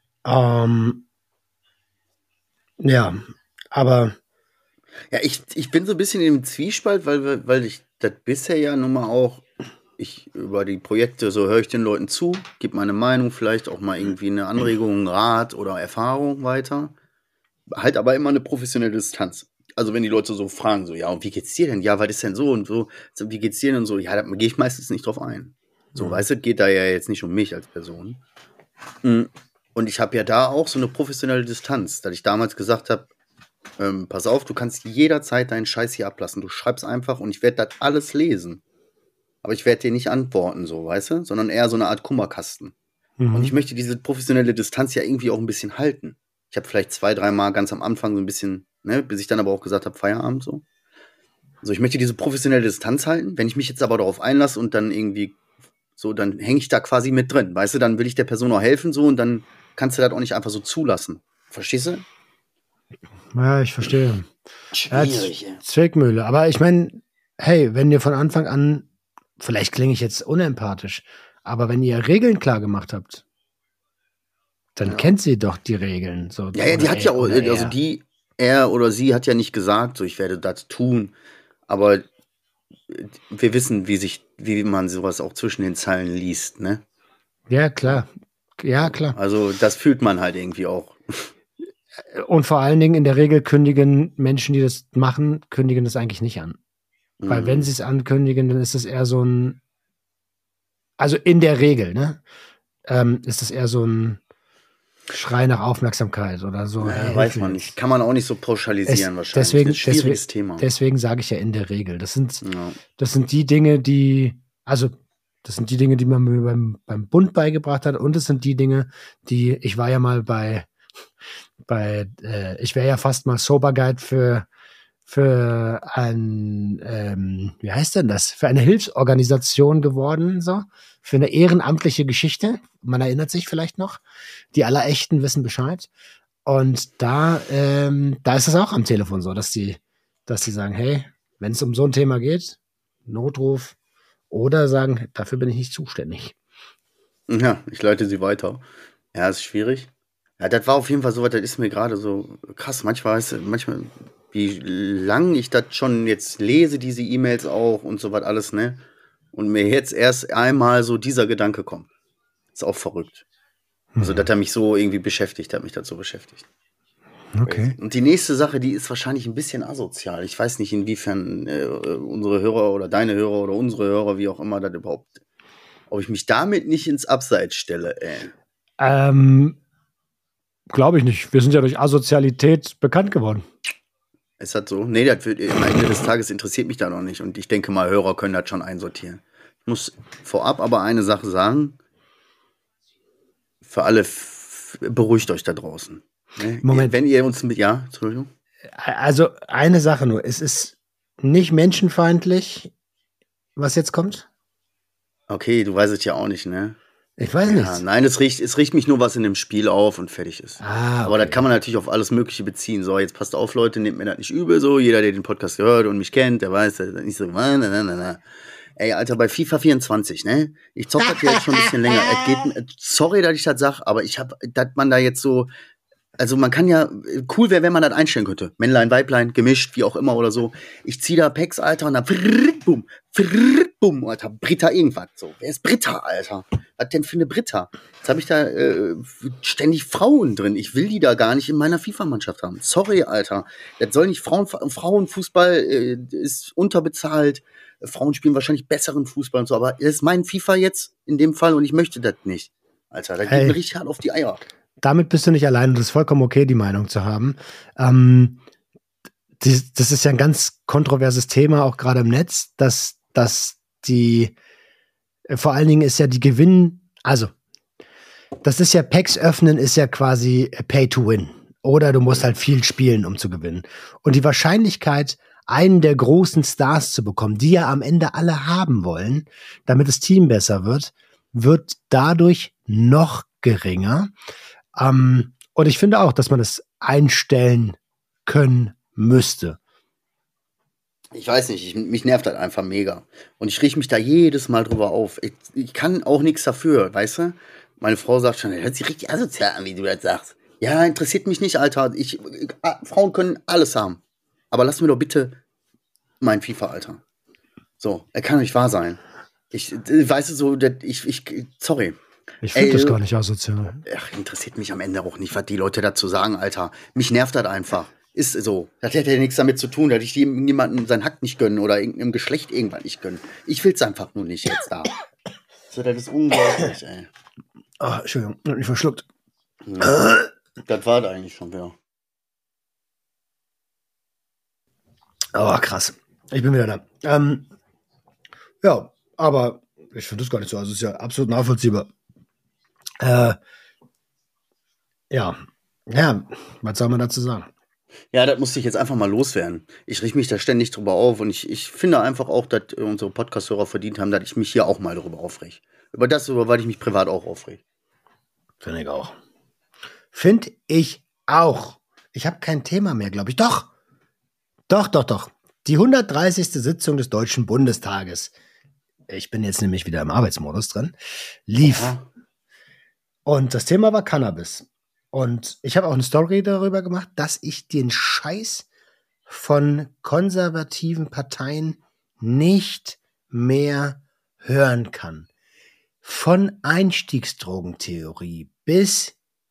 Ja, aber Ja, ich bin so ein bisschen im Zwiespalt, weil ich das bisher ja nun mal auch, ich über die Projekte, so höre ich den Leuten zu, gebe meine Meinung, vielleicht auch mal irgendwie eine Anregung, einen Rat oder Erfahrung weiter. Halt aber immer eine professionelle Distanz. Also wenn die Leute so fragen, so, ja, und wie geht's dir denn? Ja, was ist denn so und so? So, wie geht's dir denn und so? Ja, da gehe ich meistens nicht drauf ein. So, weißt du, geht da ja jetzt nicht um mich als Person. Und ich habe ja da auch so eine professionelle Distanz, dass ich damals gesagt habe, pass auf, du kannst jederzeit deinen Scheiß hier ablassen. Du schreibst einfach und ich werde das alles lesen. Aber ich werde dir nicht antworten, so, weißt du? Sondern eher so eine Art Kummerkasten. Und ich möchte diese professionelle Distanz ja irgendwie auch ein bisschen halten. Ich habe vielleicht 2, 3 Mal ganz am Anfang so ein bisschen, ne, bis ich dann aber auch gesagt habe, Feierabend so. Also ich möchte diese professionelle Distanz halten. Wenn ich mich jetzt aber darauf einlasse und dann irgendwie so, dann hänge ich da quasi mit drin. Weißt du, dann will ich der Person auch helfen so und dann kannst du das auch nicht einfach so zulassen. Verstehst du? ja, ich verstehe. Schwierig, ja. Zwickmühle. Aber ich meine, hey, wenn ihr von Anfang an, vielleicht klinge ich jetzt unempathisch, aber wenn ihr Regeln klar gemacht habt, dann kennt sie doch die Regeln. So, Ja, die hat ja auch, also er oder sie hat ja nicht gesagt, so ich werde das tun, aber wir wissen, wie man sowas auch zwischen den Zeilen liest, ne? Ja, klar. Ja, klar. Also das fühlt man halt irgendwie auch. Und vor allen Dingen in der Regel kündigen Menschen, die das machen, kündigen das eigentlich nicht an. Weil wenn sie es ankündigen, dann ist es eher so ein, also in der Regel, ne, ist es eher so ein Schrei nach Aufmerksamkeit oder so. Ja, hey, weiß man nicht. Kann man auch nicht so pauschalisieren wahrscheinlich. Deswegen, das ist ein schwieriges Thema. Deswegen sage ich ja in der Regel. Das sind die Dinge, die man beim Bund beigebracht hat und es sind die Dinge, ich war ja mal ich wäre ja fast mal Sober Guide für wie heißt denn das? Für eine Hilfsorganisation geworden, so. Für eine ehrenamtliche Geschichte. Man erinnert sich vielleicht noch. Die Allerechten wissen Bescheid. Und da ist es auch am Telefon so, dass die sagen, hey, wenn es um so ein Thema geht, Notruf oder sagen, dafür bin ich nicht zuständig. Ja, ich leite sie weiter. Ja, ist schwierig. Ja, das war auf jeden Fall so was, das ist mir gerade so krass. Manchmal, wie lang ich das schon jetzt lese, diese E-Mails auch und so was alles, ne? Und mir jetzt erst einmal so dieser Gedanke kommt. Ist auch verrückt. Also, dass er mich so irgendwie beschäftigt, hat mich dazu beschäftigt. Okay. Und die nächste Sache, die ist wahrscheinlich ein bisschen asozial. Ich weiß nicht, inwiefern unsere Hörer oder deine Hörer oder unsere Hörer, wie auch immer, das überhaupt, ob ich mich damit nicht ins Abseits stelle, Glaube ich nicht. Wir sind ja durch Asozialität bekannt geworden. Ist das so? Nee, das wird am Ende des Tages interessiert mich da noch nicht. Und ich denke mal, Hörer können das schon einsortieren. Ich muss vorab aber eine Sache sagen. Für alle, beruhigt euch da draußen. Ne? Moment. Wenn ihr uns ja, Entschuldigung. Also eine Sache nur. Es ist nicht menschenfeindlich, was jetzt kommt? Okay, du weißt es ja auch nicht, ne? Ich weiß nicht. Nein, es riecht mich nur was in dem Spiel auf und fertig ist. Okay. Aber das kann man natürlich auf alles Mögliche beziehen. So, jetzt passt auf, Leute, nehmt mir das nicht übel. So, jeder, der den Podcast gehört und mich kennt, der weiß, das ist nicht so. Ey, Alter, bei FIFA 24, ne? Ich zocke das ja jetzt schon ein bisschen länger. Sorry, dass ich das sag, aber dass man da jetzt so, also man kann ja, cool wäre, wenn man das einstellen könnte. Männlein, Weiblein, gemischt, wie auch immer oder so. Ich zieh da Packs, Alter, und dann bumm, Alter, Britta irgendwas. So, wer ist Britta, Alter? Was denn für eine Britta? Jetzt habe ich da ständig Frauen drin. Ich will die da gar nicht in meiner FIFA-Mannschaft haben. Sorry, Alter. Das soll nicht Frauenfußball ist unterbezahlt. Frauen spielen wahrscheinlich besseren Fußball und so, aber das ist mein FIFA jetzt in dem Fall und ich möchte das nicht. Alter, da geht mir richtig hart auf die Eier. Damit bist du nicht allein und das ist vollkommen okay, die Meinung zu haben. Das ist ja ein ganz kontroverses Thema, auch gerade im Netz, dass vor allen Dingen ist ja das ist ja Packs öffnen, ist ja quasi Pay to Win. Oder du musst halt viel spielen, um zu gewinnen. Und die Wahrscheinlichkeit, einen der großen Stars zu bekommen, die ja am Ende alle haben wollen, damit das Team besser wird dadurch noch geringer. Und ich finde auch, dass man das einstellen können müsste. Ich weiß nicht, mich nervt das einfach mega. Und ich rieche mich da jedes Mal drüber auf. Ich kann auch nichts dafür, weißt du? Meine Frau sagt schon, das hört sich richtig asozial an, wie du das sagst. Ja, interessiert mich nicht, Alter. Frauen können alles haben. Aber lass mir doch bitte mein FIFA, Alter. So, er kann nicht wahr sein. Weißt du, so, sorry. Ich finde das gar nicht asozial. Ach, interessiert mich am Ende auch nicht, was die Leute dazu sagen, Alter. Mich nervt das einfach. Ist so. Das hätte ja nichts damit zu tun, dass ich jemandem seinen Hack nicht gönnen oder irgendeinem Geschlecht irgendwann nicht gönnen. Ich will's einfach nur nicht jetzt da. So, das ist unglaublich, ey. Oh, Entschuldigung, ich hab mich verschluckt. Ja, das war da eigentlich schon wieder. Oh, krass. Ich bin wieder da. Ja, aber ich finde das gar nicht so. Also es ist ja absolut nachvollziehbar. Ja, was soll man dazu sagen? Ja, das musste ich jetzt einfach mal loswerden. Ich richte mich da ständig drüber auf und ich finde einfach auch, dass unsere Podcast-Hörer verdient haben, dass ich mich hier auch mal darüber aufrege. Über was ich mich privat auch aufrege. Finde ich auch. Finde ich auch. Ich habe kein Thema mehr, glaube ich. Doch. Die 130. Sitzung des Deutschen Bundestages. Ich bin jetzt nämlich wieder im Arbeitsmodus drin. Lief. Ja. Und das Thema war Cannabis. Und ich habe auch eine Story darüber gemacht, dass ich den Scheiß von konservativen Parteien nicht mehr hören kann. Von Einstiegsdrogentheorie bis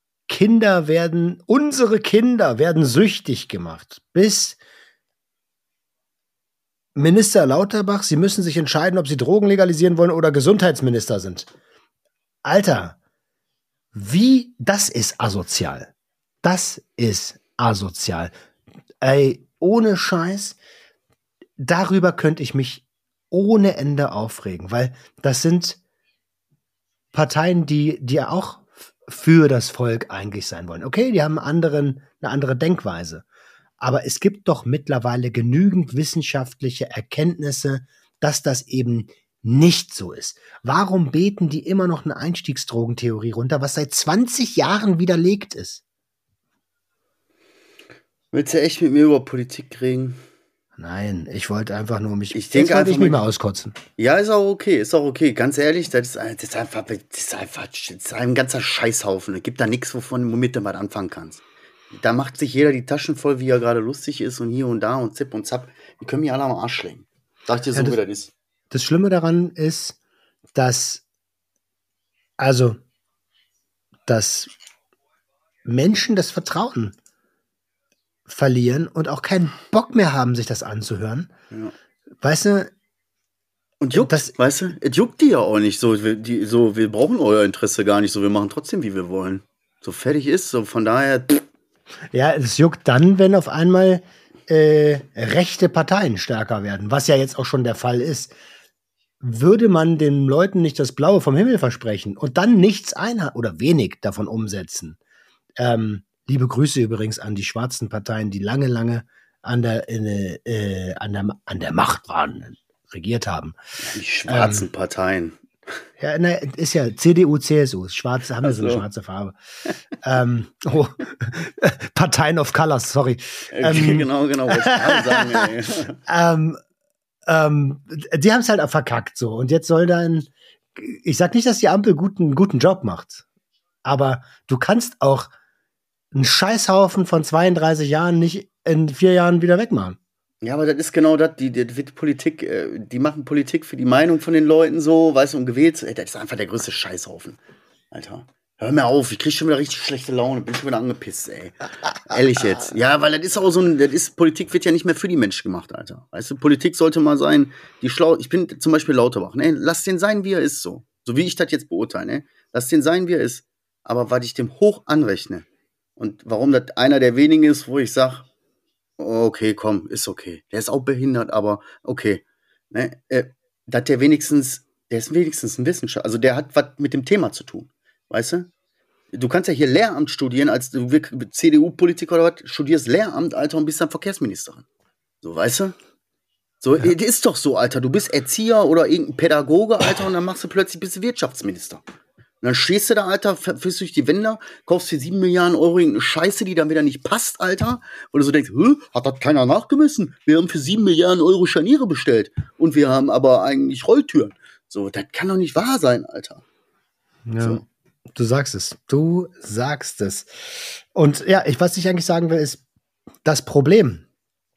unsere Kinder werden süchtig gemacht, bis Minister Lauterbach, sie müssen sich entscheiden, ob sie Drogen legalisieren wollen oder Gesundheitsminister sind. Alter, das ist asozial. Das ist asozial. Ey, ohne Scheiß, darüber könnte ich mich ohne Ende aufregen, weil das sind Parteien, die ja auch für das Volk eigentlich sein wollen. Okay, die haben eine andere Denkweise. Aber es gibt doch mittlerweile genügend wissenschaftliche Erkenntnisse, dass das eben nicht so ist. Warum beten die immer noch eine Einstiegsdrogentheorie runter, was seit 20 Jahren widerlegt ist? Willst du echt mit mir über Politik reden? Nein, ich wollte einfach nur mich mich mal auskotzen. Ja, ist auch okay. Ganz ehrlich, das ist einfach ein ganzer Scheißhaufen. Es gibt da nichts, womit du was anfangen kannst. Da macht sich jeder die Taschen voll, wie er gerade lustig ist und hier und da und zipp und zapp. Die können mich alle am Arsch schlägen. Sag dir so, wie das ist. Das Schlimme daran ist, dass Menschen das Vertrauen verlieren und auch keinen Bock mehr haben, sich das anzuhören. Ja. Weißt du? Und weißt du, es juckt die ja auch nicht so. Wir brauchen euer Interesse gar nicht so. Wir machen trotzdem, wie wir wollen. So fertig ist, so von daher. Ja, es juckt dann, wenn auf einmal rechte Parteien stärker werden, was ja jetzt auch schon der Fall ist. Würde man den Leuten nicht das Blaue vom Himmel versprechen und dann nichts oder wenig davon umsetzen. Liebe Grüße übrigens an die schwarzen Parteien, die lange an der Macht waren, regiert haben. Die schwarzen Parteien. Ja, ist ja CDU, CSU. Schwarz, haben ja so eine schwarze Farbe. Parteien of Colors, sorry. Genau, was ich gerade sagen, ey. Die haben es halt verkackt so. Und jetzt soll dann, ich sag nicht, dass die Ampel einen guten Job macht, aber du kannst auch einen Scheißhaufen von 32 Jahren nicht in 4 Jahren wieder wegmachen. Ja, aber das ist genau das, die wird Politik, die machen Politik für die Meinung von den Leuten so, weißt du, und gewählt, das ist einfach der größte Scheißhaufen, Alter. Hör mir auf, ich krieg schon wieder richtig schlechte Laune, bin schon wieder angepisst, ey. Ehrlich jetzt. Ja, weil das ist auch so Politik wird ja nicht mehr für die Menschen gemacht, Alter. Weißt du, Politik sollte mal sein, ich bin zum Beispiel Lauterbach, ne? Lass den sein, wie er ist, so. So wie ich das jetzt beurteile, ne? Lass den sein, wie er ist. Aber was ich dem hoch anrechne und warum das einer der wenigen ist, wo ich sag, okay, komm, ist okay. Der ist auch behindert, aber okay. Ne? Der ist wenigstens ein Wissenschaftler, also der hat was mit dem Thema zu tun. Weißt du? Du kannst ja hier Lehramt studieren, als du CDU-Politiker oder was, studierst Lehramt, Alter, und bist dann Verkehrsministerin. So, weißt du? So, ja. Das ist doch so, Alter. Du bist Erzieher oder irgendein Pädagoge, Alter, und dann bist du Wirtschaftsminister. Und dann stehst du da, Alter, fährst durch die Wände, kaufst für 7 Milliarden Euro irgendeine Scheiße, die dann wieder nicht passt, Alter. Und du so denkst, hat das keiner nachgemessen? Wir haben für 7 Milliarden Euro Scharniere bestellt. Und wir haben aber eigentlich Rolltüren. So, das kann doch nicht wahr sein, Alter. Ja. So. Du sagst es. Und ja, was ich eigentlich sagen will, ist das Problem,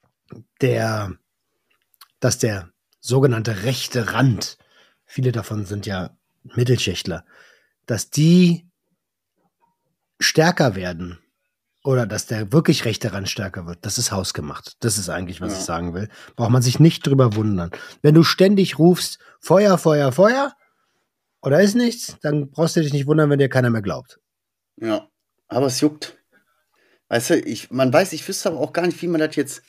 dass der sogenannte rechte Rand, viele davon sind ja Mittelschichtler, dass die stärker werden oder dass der wirklich rechte Rand stärker wird, das ist hausgemacht. Das ist eigentlich, was ich sagen will. Braucht man sich nicht drüber wundern. Wenn du ständig rufst, Feuer, Feuer, Feuer, oder ist nichts, dann brauchst du dich nicht wundern, wenn dir keiner mehr glaubt. Ja, aber es juckt. Weißt du, ich wüsste aber auch gar nicht, wie man das jetzt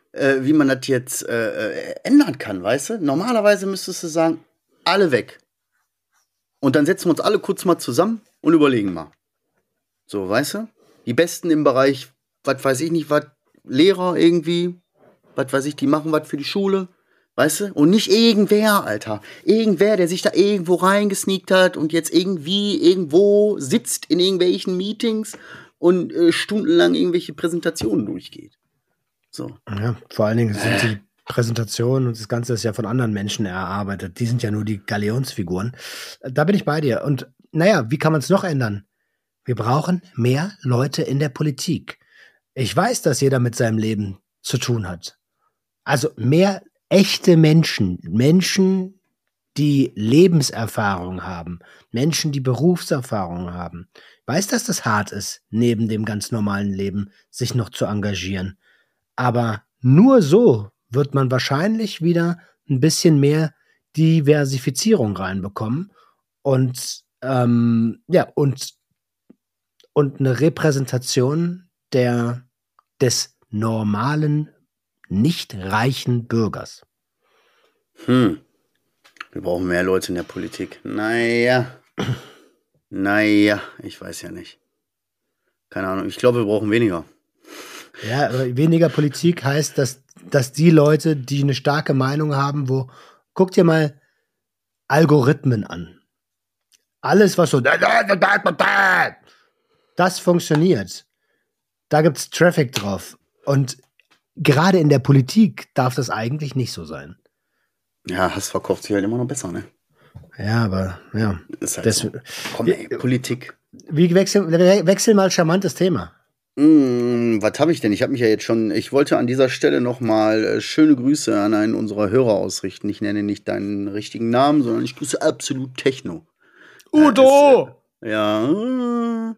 ändern kann, weißt du? Normalerweise müsstest du sagen, alle weg. Und dann setzen wir uns alle kurz mal zusammen und überlegen mal. So, weißt du? Die Besten im Bereich, was weiß ich nicht, was, Lehrer irgendwie, was weiß ich, die machen was für die Schule. Weißt du? Und nicht irgendwer, Alter. Irgendwer, der sich da irgendwo reingesneakt hat und jetzt irgendwie irgendwo sitzt in irgendwelchen Meetings und stundenlang irgendwelche Präsentationen durchgeht. So. Ja, vor allen Dingen sind die Präsentationen und das Ganze ist ja von anderen Menschen erarbeitet. Die sind ja nur die Galionsfiguren. Da bin ich bei dir. Und naja, wie kann man es noch ändern? Wir brauchen mehr Leute in der Politik. Ich weiß, dass jeder mit seinem Leben zu tun hat. Also mehr echte Menschen, die Lebenserfahrung haben, Menschen, die Berufserfahrung haben. Ich weiß, dass das hart ist, neben dem ganz normalen Leben sich noch zu engagieren. Aber nur so wird man wahrscheinlich wieder ein bisschen mehr Diversifizierung reinbekommen und und eine Repräsentation des normalen, nicht reichen Bürgers. Wir brauchen mehr Leute in der Politik. Naja, ich weiß ja nicht. Keine Ahnung, ich glaube, wir brauchen weniger. Ja, aber weniger Politik heißt, dass die Leute, die eine starke Meinung haben, guck dir mal Algorithmen an. Alles, was so das funktioniert. Da gibt's Traffic drauf. Und gerade in der Politik darf das eigentlich nicht so sein. Ja, Hass verkauft sich halt immer noch besser, ne? Ja, aber ja. Ist halt so. Komm, ey, Politik. Wechsel mal charmantes Thema. Was habe ich denn? Ich wollte an dieser Stelle nochmal schöne Grüße an einen unserer Hörer ausrichten. Ich nenne nicht deinen richtigen Namen, sondern ich grüße Absolut Techno. Udo! Ja,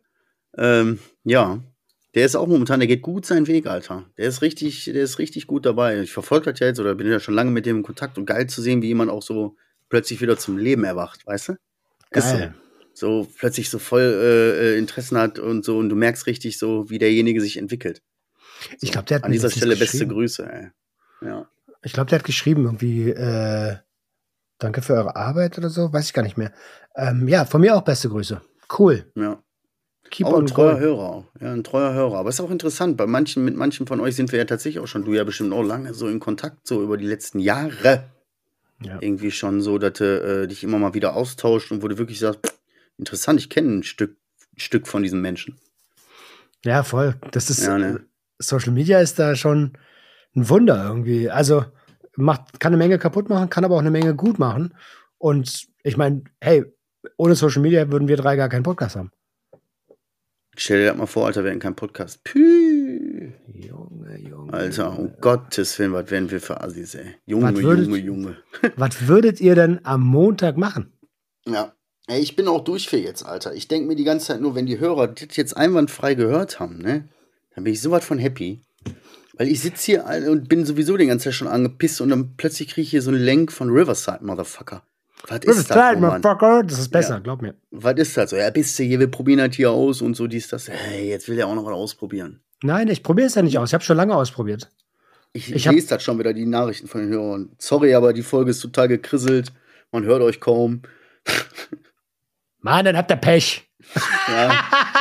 der ist auch momentan, der geht gut seinen Weg, Alter. Der ist richtig gut dabei. Ich verfolge das ja jetzt oder bin ja schon lange mit dem in Kontakt und geil zu sehen, wie jemand auch so plötzlich wieder zum Leben erwacht, weißt du? Geil. So plötzlich so voll Interessen hat und so und du merkst richtig so, wie derjenige sich entwickelt. So, ich glaube, der hat an dieser Stelle beste Grüße, ey. Ja. Ich glaube, der hat geschrieben irgendwie, danke für eure Arbeit oder so, weiß ich gar nicht mehr. Ja, von mir auch beste Grüße. Cool. Ja. Keep auch on ein treuer going. Hörer. Ja, ein treuer Hörer. Aber ist auch interessant, mit manchen von euch sind wir ja tatsächlich auch schon, du ja bestimmt auch lange so in Kontakt, so über die letzten Jahre. Ja. Irgendwie schon so, dass du dich immer mal wieder austauscht und wo du wirklich sagst, interessant, ich kenne ein Stück von diesen Menschen. Ja, voll. Das ist, ja, ne? Social Media ist da schon ein Wunder irgendwie. Also, kann eine Menge kaputt machen, kann aber auch eine Menge gut machen. Und ich meine, hey, ohne Social Media würden wir 3 gar keinen Podcast haben. Stell dir das mal vor, Alter, wir hätten keinen Podcast. Püh. Junge. Alter, um Gottes Willen, was wären wir für Assis, ey. Junge. Was würdet ihr denn am Montag machen? Ja. Ey, ich bin auch durch für jetzt, Alter. Ich denke mir die ganze Zeit nur, wenn die Hörer das jetzt einwandfrei gehört haben, ne, dann bin ich sowas von happy. Weil ich sitze hier und bin sowieso den ganzen Tag schon angepisst und dann plötzlich kriege ich hier so einen Lenk von Riverside, Motherfucker. Was ist das, Motherfucker? Das ist besser, glaub mir. Was ist das so? Ja, bist du hier, wir probieren halt hier aus und so, dies, das. Hey, jetzt will der auch noch was ausprobieren. Nein, ich probiere es ja nicht aus. Ich habe schon lange ausprobiert. Ich lese das schon wieder, die Nachrichten von den Hörern. Sorry, aber die Folge ist total gekrisselt. Man hört euch kaum. Mann, dann habt ihr Pech. Ja.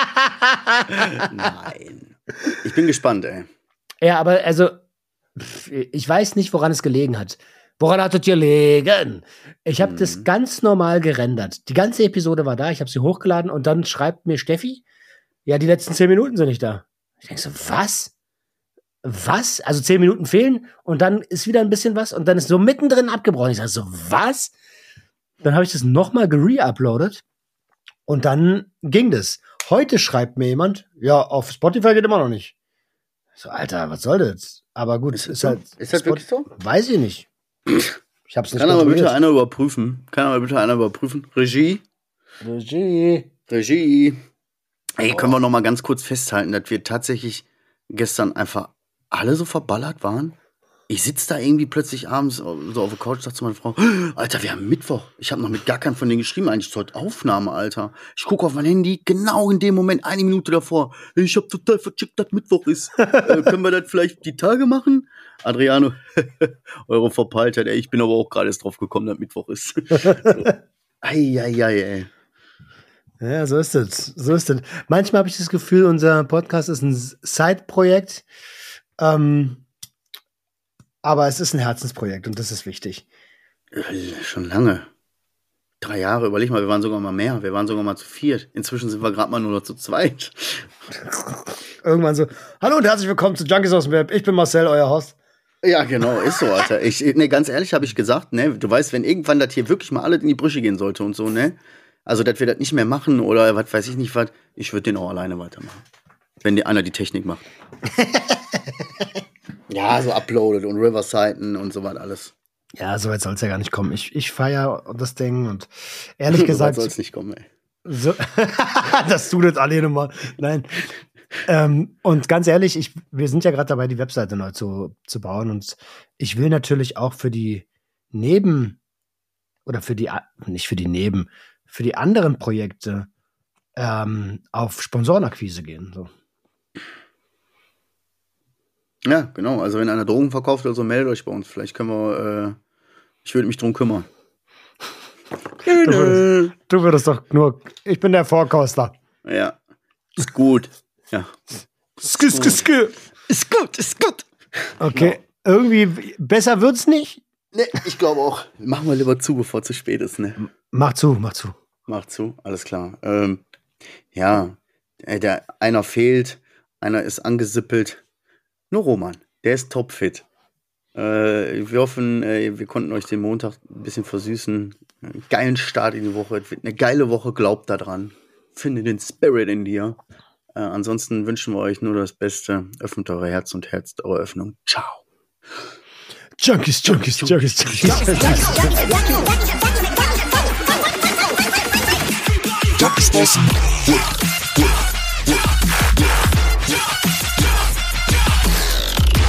Nein. Ich bin gespannt, ey. Ja, aber also, ich weiß nicht, woran es gelegen hat. Woran hat es gelegen? Ich habe das ganz normal gerendert. Die ganze Episode war da, ich habe sie hochgeladen und dann schreibt mir Steffi, ja, die letzten 10 Minuten sind nicht da. Ich denke so, was? Was? Also 10 Minuten fehlen und dann ist wieder ein bisschen was und dann ist so mittendrin abgebrochen. Ich sage so, was? Dann habe ich das nochmal gereuploadet und dann ging das. Heute schreibt mir jemand, ja, auf Spotify geht immer noch nicht. So, Alter, was soll das? Aber gut, ist halt. Ist das wirklich so? Weiß ich nicht. Ich hab's nicht Kann aber bitte einer überprüfen. Regie. Ey, können wir noch mal ganz kurz festhalten, dass wir tatsächlich gestern einfach alle so verballert waren? Ich sitze da irgendwie plötzlich abends so auf der Couch, sag zu meiner Frau, Alter, wir haben Mittwoch. Ich habe noch mit gar keinem von denen geschrieben, eigentlich ist heute Aufnahme, Alter. Ich gucke auf mein Handy, genau in dem Moment, 1 Minute davor. Ich habe total vercheckt, dass Mittwoch ist. Können wir das vielleicht die Tage machen? Adriano, eure Verpeiltheit, ey, ich bin aber auch gerade erst drauf gekommen, dass Mittwoch ist. So. Ey. Ja, so ist es. Manchmal habe ich das Gefühl, unser Podcast ist ein Side-Projekt. Aber es ist ein Herzensprojekt und das ist wichtig. Schon lange. 3 Jahre, überleg mal, wir waren sogar mal mehr. Wir waren sogar mal zu 4. Inzwischen sind wir gerade mal nur noch zu 2. Irgendwann so, hallo und herzlich willkommen zu Junkies aus dem Web. Ich bin Marcel, euer Host. Ja, genau, ist so, Alter. Ganz ehrlich habe ich gesagt, ne, du weißt, wenn irgendwann das hier wirklich mal alles in die Brüche gehen sollte und so, ne, also, dass wir das nicht mehr machen oder was weiß ich nicht was, ich würde den auch alleine weitermachen. Wenn einer die Technik macht. Ja, so uploadet und Riversiden und so was alles. Ja, so weit soll es ja gar nicht kommen. Ich feiere das Ding und ehrlich gesagt. So weit soll es nicht kommen, ey. So, das tut jetzt alle mal. Nein. Und ganz ehrlich, wir sind ja gerade dabei, die Webseite neu zu bauen und ich will natürlich auch für die anderen Projekte auf Sponsorenakquise gehen. So. Ja, genau. Also wenn einer Drogen verkauft oder so, meldet euch bei uns. Vielleicht können wir, ich würde mich drum kümmern. Du würdest doch nur, ich bin der Vorkoster. Ja, ist gut. Ja. Ist gut. Okay, irgendwie besser wird's nicht? Ne, ich glaube auch. Machen wir lieber zu, bevor es zu spät ist, ne? Mach zu, alles klar. Ja, einer fehlt, einer ist angesippelt. Nur Roman, der ist topfit. Wir hoffen, wir konnten euch den Montag ein bisschen versüßen. Einen geilen Start in die Woche. Es wird eine geile Woche, glaubt daran. Finde den Spirit in dir. Ansonsten wünschen wir euch nur das Beste. Öffnet eure Herz und Herz eure Öffnung. Ciao. Junkies. Junkies aus dem Web.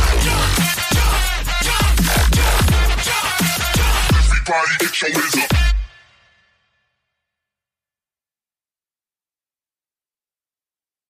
Everybody get your hands up.